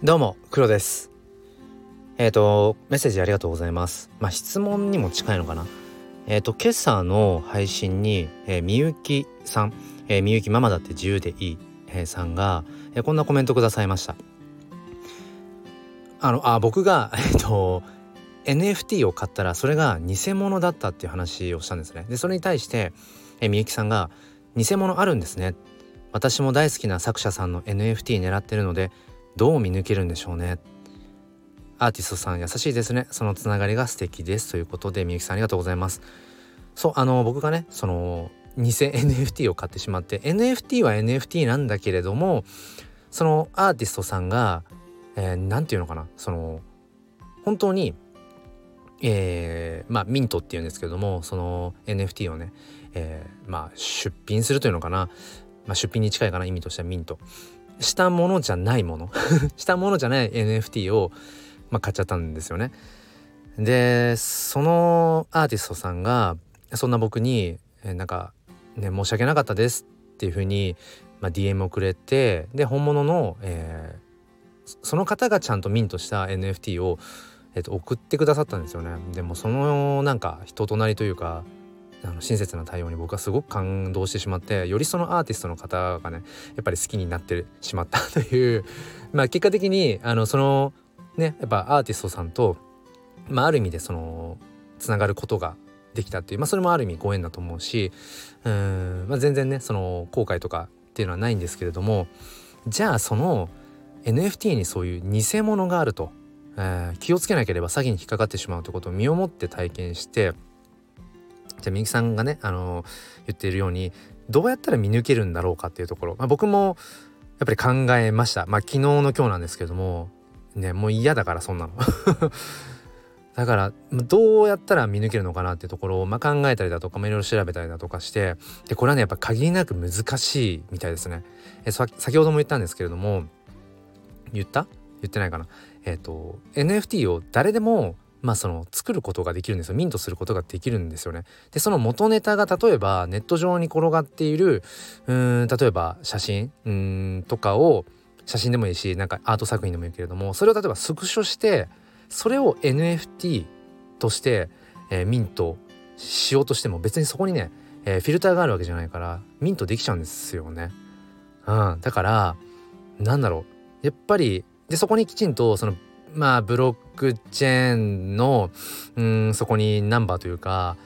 どうも黒です。メッセージありがとうございます。質問にも近いのかな。今朝の配信に、みゆきさん、みゆきママだって自由でいい、さんが、こんなコメントくださいました。僕がNFT を買ったらそれが偽物だったっていう話をしたんですね。でそれに対して、みゆきさんが偽物あるんですね。私も大好きな作者さんの NFT 狙ってるのでどう見抜けるんでしょうね。アーティストさん優しいですね。そのつながりが素敵ですということで、みゆきさんありがとうございます。僕がね偽 NFT を買ってしまって、 NFT は NFT なんだけれども、そのアーティストさんが、なんていうのかな、本当にミントっていうんですけども、その NFT をね、出品するというのかな、出品に近いかな、意味としてはミントしたものじゃないものしたものじゃない NFT を、買っちゃったんですよね。でそのアーティストさんがそんな僕に、申し訳なかったですっていう風に、DM をくれて、で本物の、その方がちゃんとミントした NFT を、送ってくださったんですよね。でもその人となりというか、親切な対応に僕はすごく感動してしまって、よりそのアーティストの方がねやっぱり好きになってしまったという結果的にやっぱアーティストさんと、ある意味でつながることができたっていう、それもある意味ご縁だと思うし、全然ね後悔とかっていうのはないんですけれども、じゃあその NFT にそういう偽物があると、気をつけなければ詐欺に引っかかってしまうということを身をもって体験して、じゃあみゆきさんがね言っているようにどうやったら見抜けるんだろうかっていうところ、僕もやっぱり考えました。昨日の今日なんですけどもね、もう嫌だからそんなのだからどうやったら見抜けるのかなっていうところを、考えたりだとか、いろいろ調べたりだとかして、でこれはねやっぱ限りなく難しいみたいですね。先ほども言ったんですけれども、言ってないかな。NFT を誰でも作ることができるんですよ。ミントすることができるんですよね。でその元ネタが例えばネット上に転がっている例えば写真とかを、写真でもいいしアート作品でもいいけれども、それを例えばスクショしてそれを NFT として、ミントしようとしても別にそこにね、フィルターがあるわけじゃないからミントできちゃうんですよね。だからやっぱりでそこにきちんとブロックチェーンのそこにナンバーというか、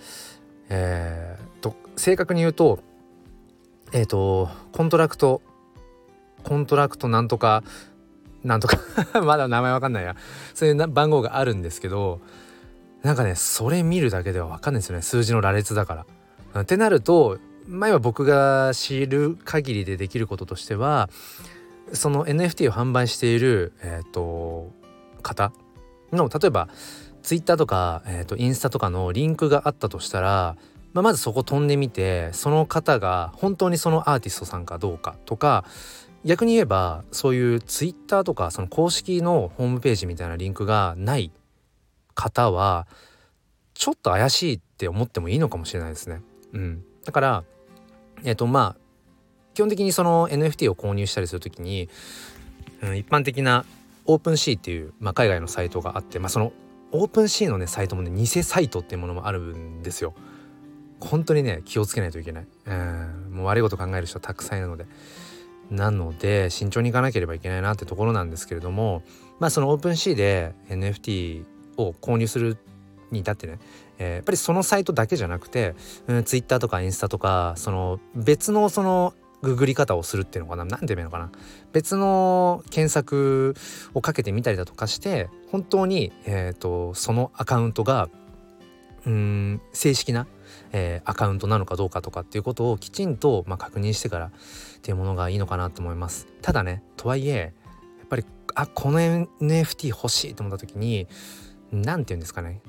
正確に言うとコントラクトなんとかまだ名前わかんないや、そういう番号があるんですけど、それ見るだけではわかんないですよね。数字の羅列だからってなると、今僕が知る限りでできることとしては、その NFT を販売している、方の例えばツイッターとか、インスタとかのリンクがあったとしたら、まずそこ飛んでみて、その方が本当にそのアーティストさんかどうかとか、逆に言えばそういうツイッターとかその公式のホームページみたいなリンクがない方はちょっと怪しいって思ってもいいのかもしれないですね。だから基本的にその NFT を購入したりするときに、一般的なオープンシーっていう、海外のサイトがあって、そのオープンシーのねサイトもね偽サイトっていうものもあるんですよ。本当にね気をつけないといけない。もう悪いこと考える人たくさんいるので慎重にいかなければいけないなってところなんですけれども、そのオープンシーで NFT を購入するに至ってね、やっぱりそのサイトだけじゃなくて、ツイッターとかインスタとかその別のググり方をするっていうのかな、なんて言うのかな、別の検索をかけてみたりだとかして、本当にそのアカウントが正式な、アカウントなのかどうかとかっていうことをきちんと、確認してからっていうものがいいのかなと思います。ただね、とはいえやっぱりこの NFT 欲しいと思った時になんて言うんですかね、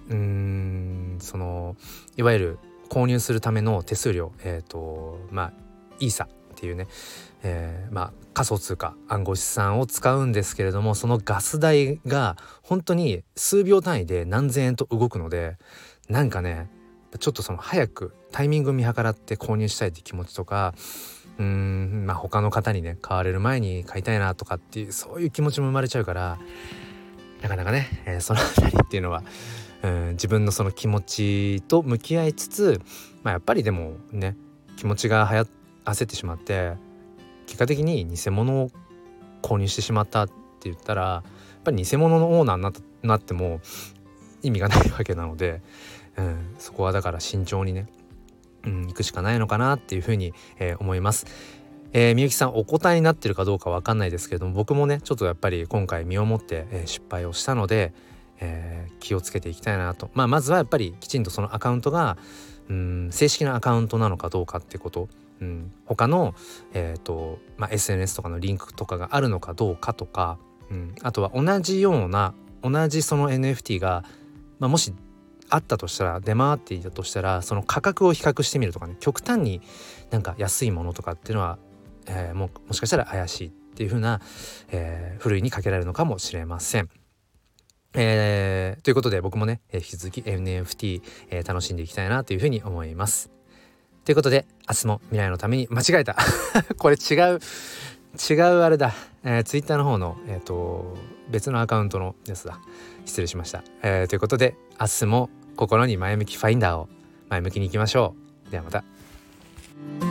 いわゆる購入するための手数料、イーサっていうね、仮想通貨暗号資産を使うんですけれども、そのガス代が本当に数秒単位で何千円と動くので、ちょっと早くタイミング見計らって購入したいって気持ちとか、 他の方にね買われる前に買いたいなとかっていうそういう気持ちも生まれちゃうから、なかなかね、そのあたりっていうのは自分のその気持ちと向き合いつつ、やっぱりでもね気持ちが焦ってしまって結果的に偽物を購入してしまったって言ったら、やっぱり偽物のオーナーになっても意味がないわけなので、そこはだから慎重にね、行くしかないのかなっていうふうに、思います。みゆきさんお答えになってるかどうかわかんないですけれども、僕もねちょっとやっぱり今回身をもって、失敗をしたので、気をつけていきたいなと、まずはやっぱりきちんとそのアカウントが正式なアカウントなのかどうかってこと、他の、SNS とかのリンクとかがあるのかどうかとか、あとは同じその NFT が、もしあったとしたら出回っていたとしたらその価格を比較してみるとかね、極端になんか安いものとかっていうのは、もしかしたら怪しいっていう風な、ふるいにかけられるのかもしれません。ということで僕もね、引き続き NFT、楽しんでいきたいなというふうに思います。ということで明日も未来のために間違えたこれ違うあれだ、Twitter の方の、別のアカウントのやつだ、失礼しました。ということで明日も心に前向きファインダーを前向きにいきましょう。ではまた。